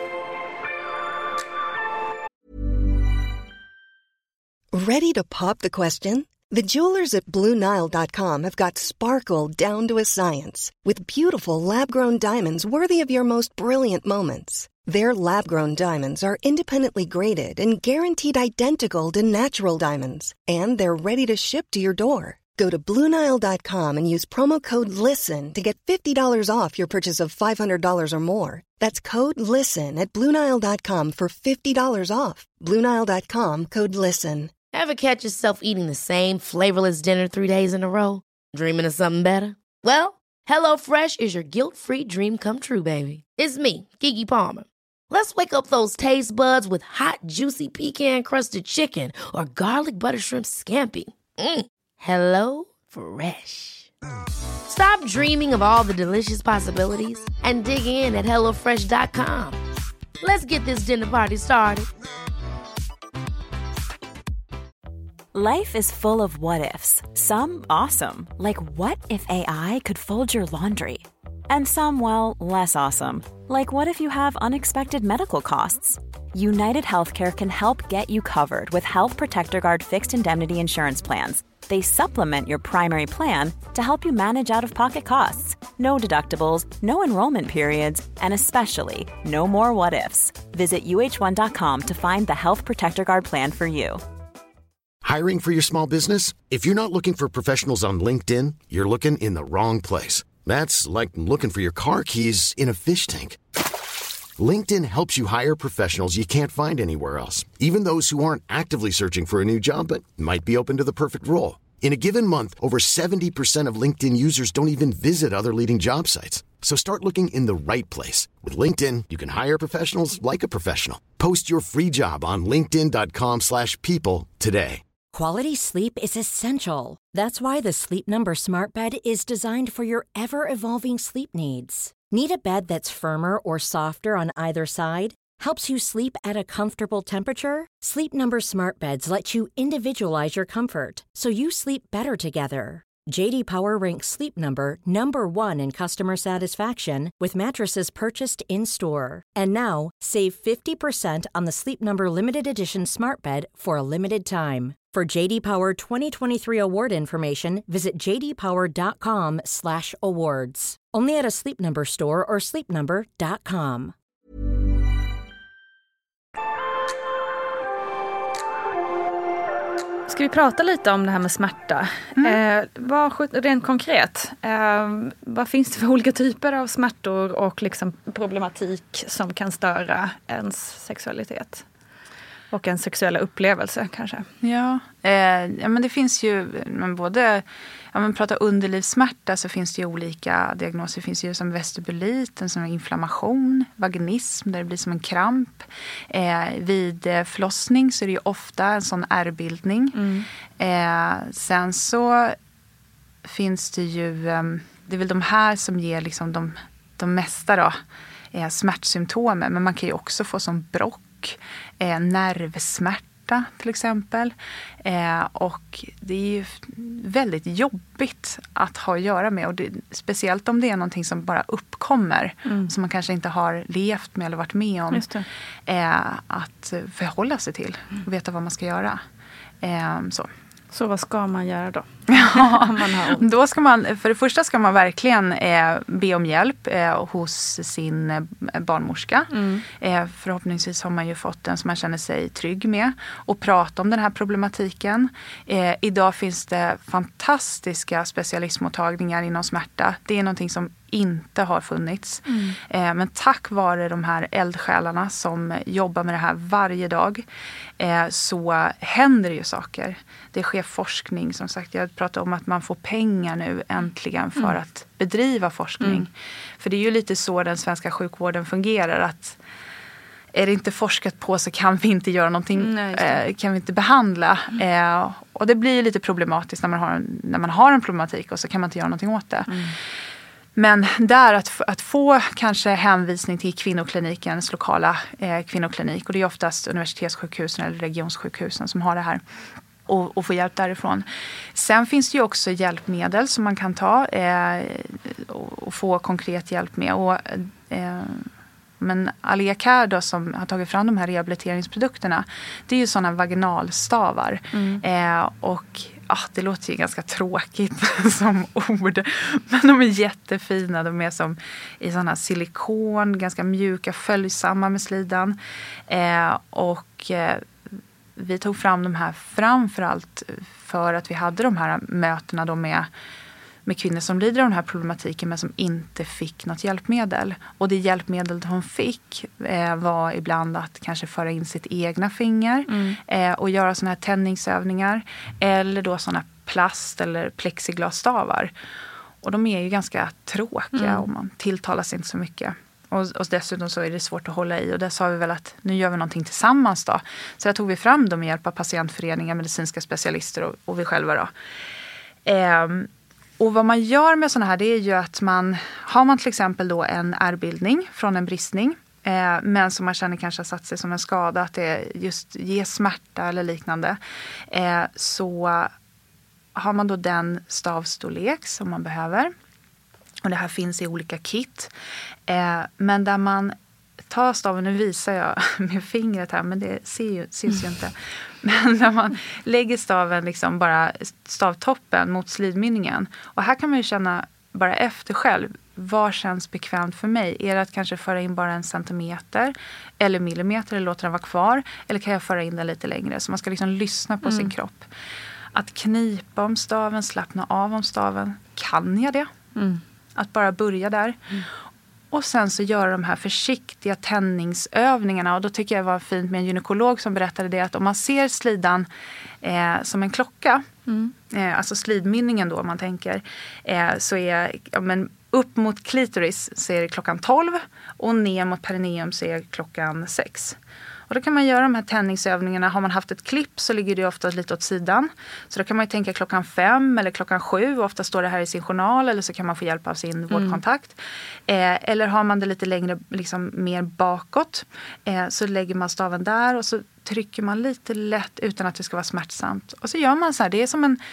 Speaker 8: Ready to pop the question? The jewelers at BlueNile.com have got sparkle down to a science with beautiful lab-grown diamonds worthy of your most brilliant moments. Their lab-grown diamonds are independently graded and guaranteed identical to natural diamonds, and they're ready to ship to your door. Go to BlueNile.com and use promo code LISTEN to get $50 off your purchase of $500 or more. That's code LISTEN at BlueNile.com for $50 off. BlueNile.com, code LISTEN.
Speaker 3: Ever catch yourself eating the same flavorless dinner 3 days in a row? Dreaming of something better? Well, HelloFresh is your guilt-free dream come true, baby. It's me, Keke Palmer. Let's wake up those taste buds with hot, juicy pecan-crusted chicken or garlic butter shrimp scampi. Hello Fresh. Stop dreaming of all the delicious possibilities and dig in at HelloFresh.com. Let's get this dinner party started.
Speaker 7: Life is full of what-ifs. Some awesome, like what if AI could fold your laundry? And some, well, less awesome, like what if you have unexpected medical costs? United Healthcare can help get you covered with Health Protector Guard fixed indemnity insurance plans. They supplement your primary plan to help you manage out-of-pocket costs. No deductibles, no enrollment periods, and especially no more what-ifs. Visit uh1.com to find the Health Protector Guard plan for you.
Speaker 9: Hiring for your small business? If you're not looking for professionals on LinkedIn, you're looking in the wrong place. That's like looking for your car keys in a fish tank. LinkedIn helps you hire professionals you can't find anywhere else, even those who aren't actively searching for a new job but might be open to the perfect role. In a given month, over 70% of LinkedIn users don't even visit other leading job sites. So start looking in the right place. With LinkedIn, you can hire professionals like a professional. Post your free job on linkedin.com/people today.
Speaker 6: Quality sleep is essential. That's why the Sleep Number Smart Bed is designed for your ever-evolving sleep needs. Need a bed that's firmer or softer on either side? Helps you sleep at a comfortable temperature? Sleep Number Smart Beds let you individualize your comfort so you sleep better together. JD Power ranks Sleep Number number 1 in customer satisfaction with mattresses purchased in-store. And now, save 50% on the Sleep Number Limited Edition Smart Bed for a limited time. For JD Power 2023 award information, visit jdpower.com/awards. Only at a Sleep Number store or sleepnumber.com.
Speaker 1: Ska vi prata lite om det här med smärta? Rent konkret, vad finns det för olika typer av smärtor och liksom problematik som kan störa ens sexualitet? Och en sexuella upplevelse kanske.
Speaker 2: Ja, men det finns ju både, prata underlivssmärta så finns det ju olika diagnoser. Det finns ju som vestibulit, en som inflammation, vaginism där det blir som en kramp. Vid förlossning så är det ju ofta en sån ärrbildning. Sen så finns det ju, det är väl de här som ger liksom de mesta då, smärtsymptomen. Men man kan ju också få som brock. Nervsmärta till exempel. Och det är ju väldigt jobbigt att ha att göra med. Och speciellt om det är någonting som bara uppkommer. Som man kanske inte har levt med eller varit med om. Att förhålla sig till. Och veta vad man ska göra.
Speaker 1: Så vad ska man göra då?
Speaker 2: Då ska man, för det första ska man verkligen be om hjälp hos sin barnmorska. Förhoppningsvis har man ju fått den som man känner sig trygg med och prata om den här problematiken. Idag finns det fantastiska specialistmottagningar inom smärta. Det är någonting som inte har funnits. Men tack vare de här eldsjälarna som jobbar med det här varje dag så händer det ju saker. Det sker forskning, som sagt. Jag pratar om att man får pengar nu äntligen för att bedriva forskning. För det är ju lite så den svenska sjukvården fungerar, att är det inte forskat på så kan vi inte göra någonting, kan vi inte behandla. Och det blir ju lite problematiskt när man har en problematik och så kan man inte göra någonting åt det. Men där att få kanske hänvisning till kvinnoklinikens lokala kvinnoklinik, och det är oftast universitetssjukhusen eller regionsjukhusen som har det här, och få hjälp därifrån. Sen finns det ju också hjälpmedel som man kan ta och få konkret hjälp med. Men Aliacare då, som har tagit fram de här rehabiliteringsprodukterna, det är ju sådana vaginalstavar. Och det låter ju ganska tråkigt som ord. Men de är jättefina. De är som i sådana silikon, ganska mjuka, följsamma med slidan. Vi tog fram de här framförallt för att vi hade de här mötena då med kvinnor som lider av den här problematiken men som inte fick något hjälpmedel. Och det hjälpmedel de fick var ibland att kanske föra in sitt egna finger och göra såna här tändningsövningar. Eller då såna plast- eller plexiglasstavar. Och de är ju ganska tråkiga och man tilltalas inte så mycket. Och dessutom så är det svårt att hålla i. Och där sa vi väl att nu gör vi någonting tillsammans då. Så där tog vi fram dem med hjälp av patientföreningar, medicinska specialister och vi själva då. Och vad man gör med sådana här, det är ju att har man till exempel då en ärrbildning från en bristning. Men som man känner kanske har satt sig som en skada, att det just ger smärta eller liknande. Så har man då den stavstorlek som man behöver. Och det här finns i olika kit. Men där man tar staven, nu visar jag med fingret här, men det syns ju inte. Men där man lägger staven liksom bara stavtoppen mot slidmynningen. Och här kan man ju känna bara efter själv, vad känns bekvämt för mig? Är det att kanske föra in bara 1 centimeter eller millimeter eller låta den vara kvar? Eller kan jag föra in den lite längre? Så man ska liksom lyssna på sin kropp. Att knipa om staven, slappna av om staven. Kan jag det? Att bara börja där. Och sen så göra de här försiktiga tändningsövningarna. Och då tycker jag det var fint med en gynekolog som berättade det, att om man ser slidan som en klocka, alltså slidmynningen då om man tänker, så är upp mot klitoris så är det klockan 12 och ner mot perineum så är klockan 6. Och då kan man göra de här tändningsövningarna. Har man haft ett klipp så ligger det ofta lite åt sidan. Så då kan man ju tänka klockan 5 eller klockan 7. Ofta står det här i sin journal, eller så kan man få hjälp av sin vårdkontakt. Eller har man det lite längre, liksom mer bakåt, så lägger man staven där och så trycker man lite lätt utan att det ska vara smärtsamt. Och så gör man så här, det är som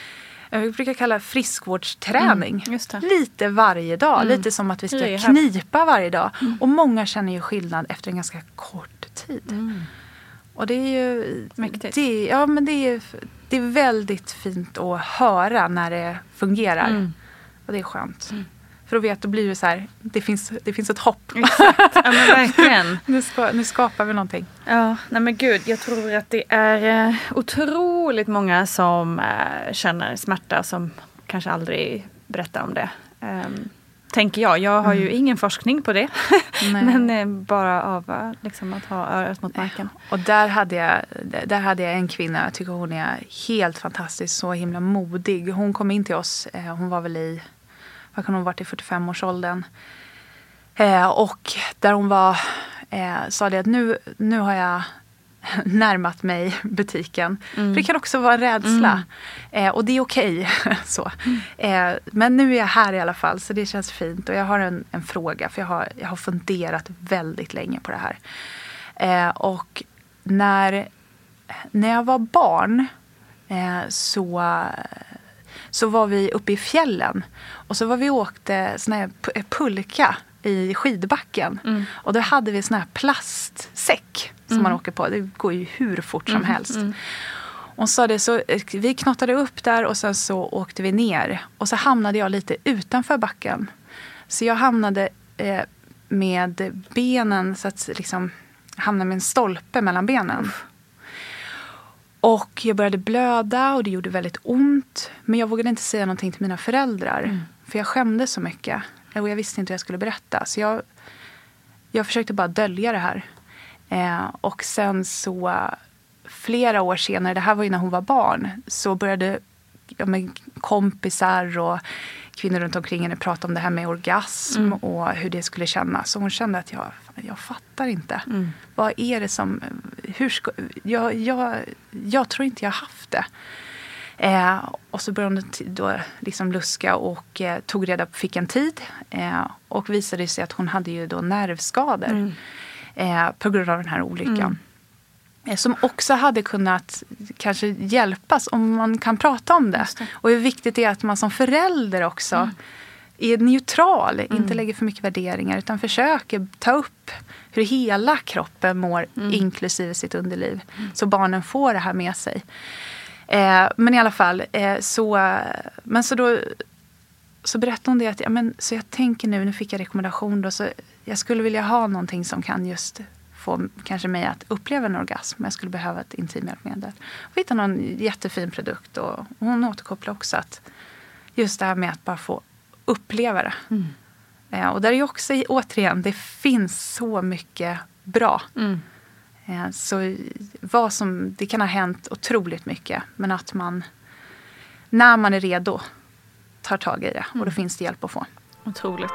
Speaker 2: jag brukar kalla friskvårdsträning.
Speaker 1: Just det.
Speaker 2: Lite varje dag. Lite som att vi ska knipa varje dag. Och många känner ju skillnad efter en ganska kort tid. Och det är ju
Speaker 1: mäktigt.
Speaker 2: Det är väldigt fint att höra när det fungerar. Och det är skönt. För då blir det så här, det finns ett hopp.
Speaker 1: Exakt, ja men verkligen.
Speaker 2: Nu skapar vi någonting.
Speaker 1: Ja, nej men gud, jag tror att det är otroligt många som känner smärta som kanske aldrig berättar om det. Tänker jag. Jag har ju ingen forskning på det. Men bara av liksom, att ha örat mot marken.
Speaker 2: Och där hade jag en kvinna, jag tycker hon är helt fantastisk, så himla modig. Hon kom in till oss, hon var väl vad kan hon ha varit i 45-årsåldern. Och där hon var, sa det att nu har jag närmat mig butiken. För det kan också vara en rädsla. Och det är okej. Så. Men nu är jag här i alla fall, så det känns fint. Och jag har en fråga, för jag har funderat väldigt länge på det här. Och när jag var barn så var vi uppe i fjällen. Och så var vi åkte sån här pulka i skidbacken. Och då hade vi sån här plastsäck som man åker på. Det går ju hur fort som helst. Och så vi knottade upp där och sen så åkte vi ner. Och så hamnade jag lite utanför backen. Så jag hamnade med benen, så att liksom hamnade med en stolpe mellan benen. Och jag började blöda och det gjorde väldigt ont. Men jag vågade inte säga någonting till mina föräldrar. För jag skämdes så mycket. Och jag visste inte hur jag skulle berätta. Så jag försökte bara dölja det här. Och sen så flera år senare, det här var ju när hon var barn, så började kompisar och kvinnor runt omkring henne prata om det här med orgasm och hur det skulle kännas. Så hon kände att jag fattar inte. Vad är det som... Jag tror inte jag har haft det. Och så började hon då liksom luska och fick en tid. Och visade sig att hon hade ju då nervskador på grund av den här olyckan. Som också hade kunnat kanske hjälpas om man kan prata om det. Och hur viktigt det är att man som förälder också är neutral. Inte lägger för mycket värderingar utan försöker ta upp hur hela kroppen mår inklusive sitt underliv. Så barnen får det här med sig. Men i alla fall så berättade hon det att så jag tänker nu fick jag rekommendation då, så jag skulle vilja ha någonting som kan just få kanske mig att uppleva en orgasm. Jag skulle behöva ett intimhjälpmedel. Och hitta någon jättefin produkt och hon återkopplar också att just det här med att bara få uppleva det. Och där är ju också återigen, det finns så mycket bra. Så det kan ha hänt otroligt mycket, men att man när man är redo tar tag i det och då finns det hjälp att få.
Speaker 1: Otroligt.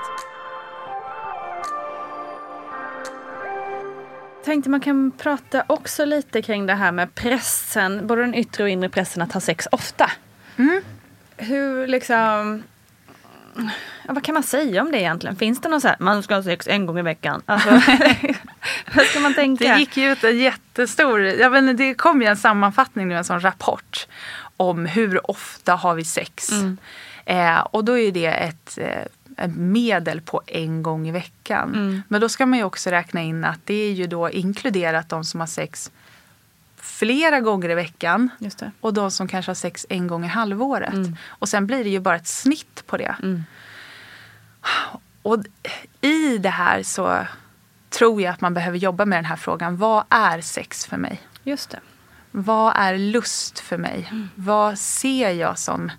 Speaker 1: Tänkte man kan prata också lite kring det här med pressen, både den yttre och inre pressen att ha sex ofta. Hur liksom... vad kan man säga om det egentligen? Finns det något så här, man ska ha sex en gång i veckan? Alltså, vad ska man tänka?
Speaker 2: Det gick ju ut en jättestor... det kom ju en sammanfattning nu, en sån rapport om hur ofta har vi sex. Och då är det ett medel på en gång i veckan. Men då ska man ju också räkna in att det är ju då inkluderat de som har sex flera gånger i veckan.
Speaker 1: Just det.
Speaker 2: Och de som kanske har sex en gång i halvåret. Och sen blir det ju bara ett snitt på det. Och i det här så tror jag att man behöver jobba med den här frågan. Vad är sex för mig?
Speaker 1: Just det.
Speaker 2: Vad är lust för mig? Vad ser jag som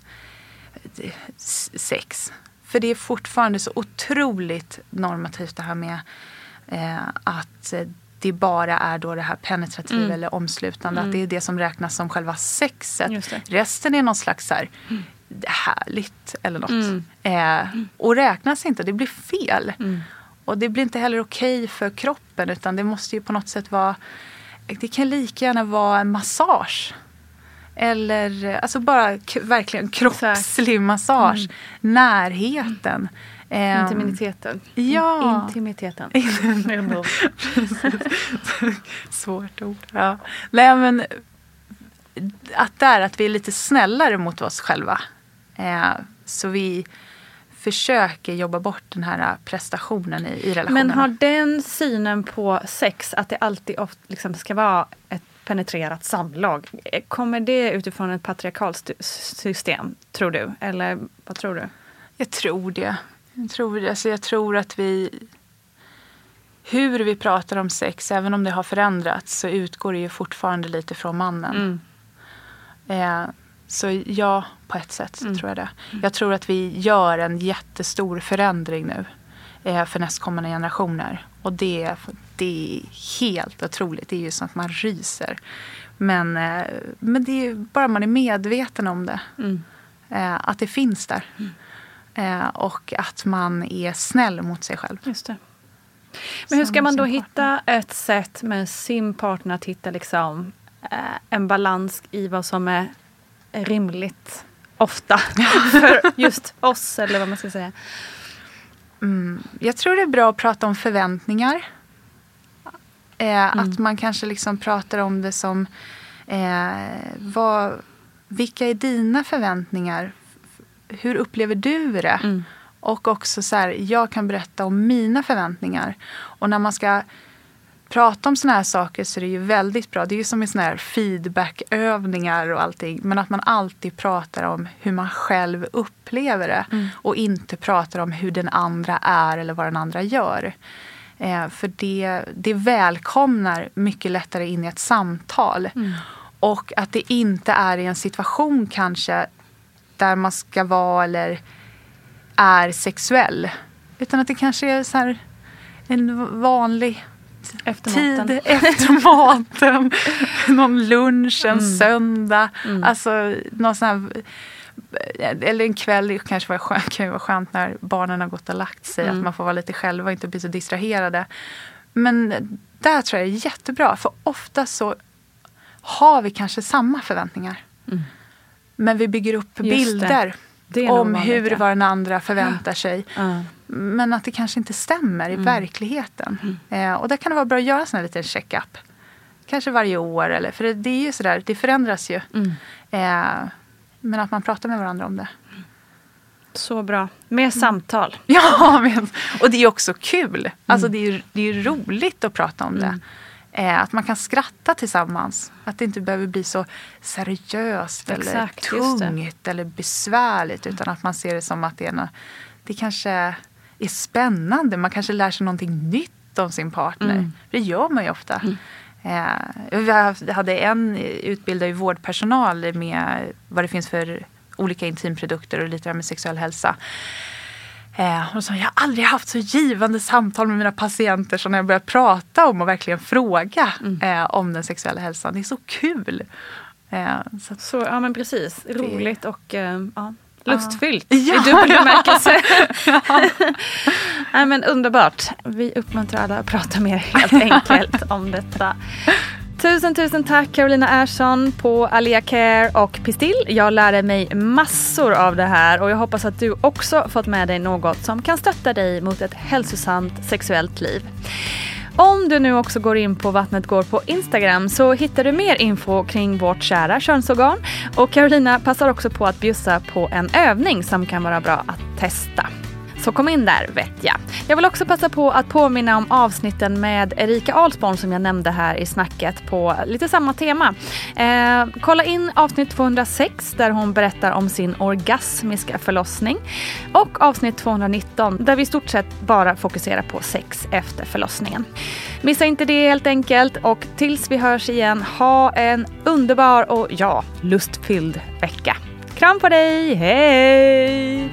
Speaker 2: sex? För det är fortfarande så otroligt normativt det här med att det bara är då det här penetrativa eller omslutande. Att det är det som räknas som själva sexet. Resten är någon slags så här, härligt eller något. Och räknas inte, det blir fel. Och det blir inte heller okej för kroppen, utan det måste ju på något sätt vara... Det kan lika gärna vara en massage. Eller alltså bara verkligen kroppslig massage. Närheten.
Speaker 1: Intimiteten.
Speaker 2: Ja.
Speaker 1: Intimiteten.
Speaker 2: Svårt ord. Ja. Nej, men att vi är lite snällare mot oss själva. Så vi försöker jobba bort den här prestationen i relationerna.
Speaker 1: Men har den synen på sex, att det alltid liksom ska vara ett penetrerat samlag, kommer det utifrån ett patriarkalt system, tror du? Eller vad tror du?
Speaker 2: Jag tror det. Alltså jag tror att hur vi pratar om sex, även om det har förändrats, så utgår det ju fortfarande lite från mannen. Så ja, på ett sätt så tror jag det. Jag tror att vi gör en jättestor förändring nu för nästkommande generationer. Och det är helt otroligt. Det är ju som att man ryser. Men det är bara man är medveten om det. Att det finns där. Och att man är snäll mot sig själv.
Speaker 1: Just det. Men hur ska man då hitta ett sätt med sin partner att hitta liksom, en balans i vad som är rimligt ofta för just oss, eller vad man ska säga?
Speaker 2: Jag tror det är bra att prata om förväntningar. Att man kanske liksom pratar om det som vilka är dina förväntningar? Hur upplever du det? Och också så här, jag kan berätta om mina förväntningar. Och när man ska prata om såna här saker så är det ju väldigt bra. Det är ju som i såna här feedbackövningar och allting. Men att man alltid pratar om hur man själv upplever det. Och inte pratar om hur den andra är eller vad den andra gör. För det välkomnar mycket lättare in i ett samtal. Och att det inte är i en situation kanske där man ska vara eller är sexuell. Utan att det kanske är så här en vanlig tid efter maten. Någon lunch, en söndag. Alltså någon sån här, eller en kväll kanske kan ju vara skönt när barnen har gått och lagt sig. Att man får vara lite själva och inte bli så distraherade. Men där tror jag är jättebra. För ofta så har vi kanske samma förväntningar. Men vi bygger upp bilder om hur vad den andra förväntar sig. Men att det kanske inte stämmer i verkligheten. Och där kan det vara bra att göra sån här liten check-up. Kanske varje år. Eller, för det är ju sådär, det förändras ju. Men att man pratar med varandra om det.
Speaker 1: Så bra. Med samtal.
Speaker 2: Ja, och det är också kul. Alltså det är ju roligt att prata om det. Att man kan skratta tillsammans. Att det inte behöver bli så seriöst eller tungt eller besvärligt. Utan att man ser det som att det kanske är spännande. Man kanske lär sig någonting nytt om sin partner. Det gör man ju ofta. Vi hade en utbildad i vårdpersonal med vad det finns för olika intimprodukter och lite med sexuell hälsa. Och så, jag har aldrig haft så givande samtal med mina patienter som när jag börjar prata om och verkligen fråga om den sexuella hälsan. Det är så kul.
Speaker 1: Så ja, men precis. Roligt och lustfyllt. Ja, i dubbel bemärkelse. Nej, men underbart. Vi uppmuntrar alla att prata mer helt enkelt om detta. Tusen tack Carolina Ersson på Alia Care och Pistill. Jag lärde mig massor av det här och jag hoppas att du också fått med dig något som kan stötta dig mot ett hälsosamt sexuellt liv. Om du nu också går in på Vattnet går på Instagram så hittar du mer info kring vårt kära könsorgan. Och Carolina passar också på att bjussa på en övning som kan vara bra att testa. Så kom in där, vet jag. Jag vill också passa på att påminna om avsnitten med Erika Ahlsborn som jag nämnde här i snacket på lite samma tema. Kolla in avsnitt 206 där hon berättar om sin orgasmiska förlossning. Och avsnitt 219 där vi i stort sett bara fokuserar på sex efter förlossningen. Missa inte det helt enkelt och tills vi hörs igen, ha en underbar och lustfylld vecka. Kram på dig, hej!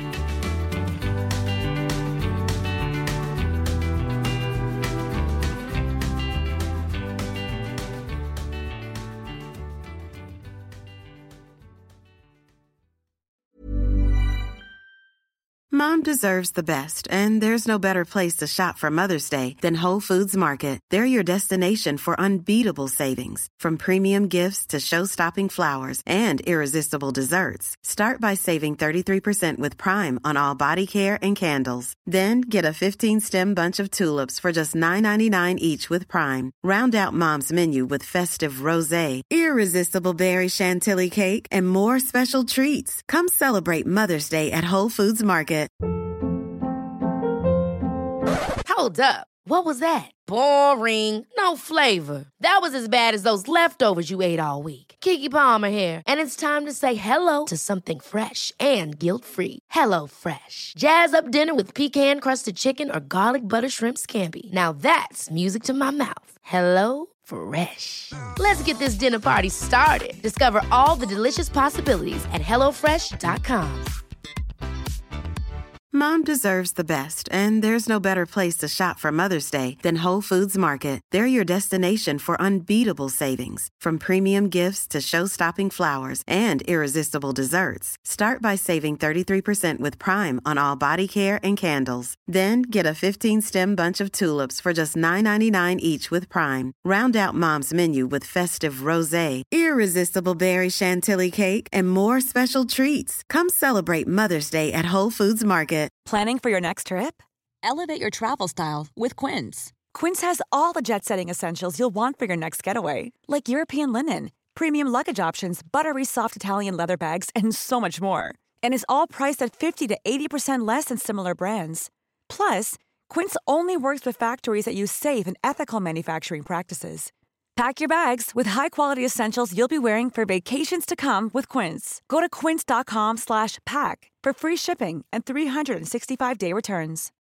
Speaker 10: Mom deserves the best, and there's no better place to shop for Mother's Day than Whole Foods Market. They're your destination for unbeatable savings, from premium gifts to show-stopping flowers and irresistible desserts. Start by saving 33% with Prime on all body care and candles. Then get a 15-stem bunch of tulips for just $9.99 each with Prime. Round out Mom's menu with festive rosé, irresistible berry chantilly cake, and more special treats. Come celebrate Mother's Day at Whole Foods Market.
Speaker 3: Hold up. What was that? Boring. No flavor. That was as bad as those leftovers you ate all week. Keke Palmer here, and it's time to say hello to something fresh and guilt-free. Hello Fresh. Jazz up dinner with pecan-crusted chicken or garlic butter shrimp scampi. Now that's music to my mouth. Hello Fresh. Let's get this dinner party started. Discover all the delicious possibilities at HelloFresh.com.
Speaker 10: Mom deserves the best, and there's no better place to shop for Mother's Day than Whole Foods Market. They're your destination for unbeatable savings, from premium gifts to show-stopping flowers and irresistible desserts. Start by saving 33% with Prime on all body care and candles. Then get a 15-stem bunch of tulips for just $9.99 each with Prime. Round out Mom's menu with festive rosé, irresistible berry chantilly cake, and more special treats. Come celebrate Mother's Day at Whole Foods Market.
Speaker 11: Planning for your next trip? Elevate your travel style with Quince. Quince has all the jet-setting essentials you'll want for your next getaway, like European linen, premium luggage options, buttery soft Italian leather bags, and so much more. And is all priced at 50 to 80% less than similar brands. Plus, Quince only works with factories that use safe and ethical manufacturing practices. Pack your bags with high-quality essentials you'll be wearing for vacations to come with Quince. Go to quince.com/pack for free shipping and 365-day returns.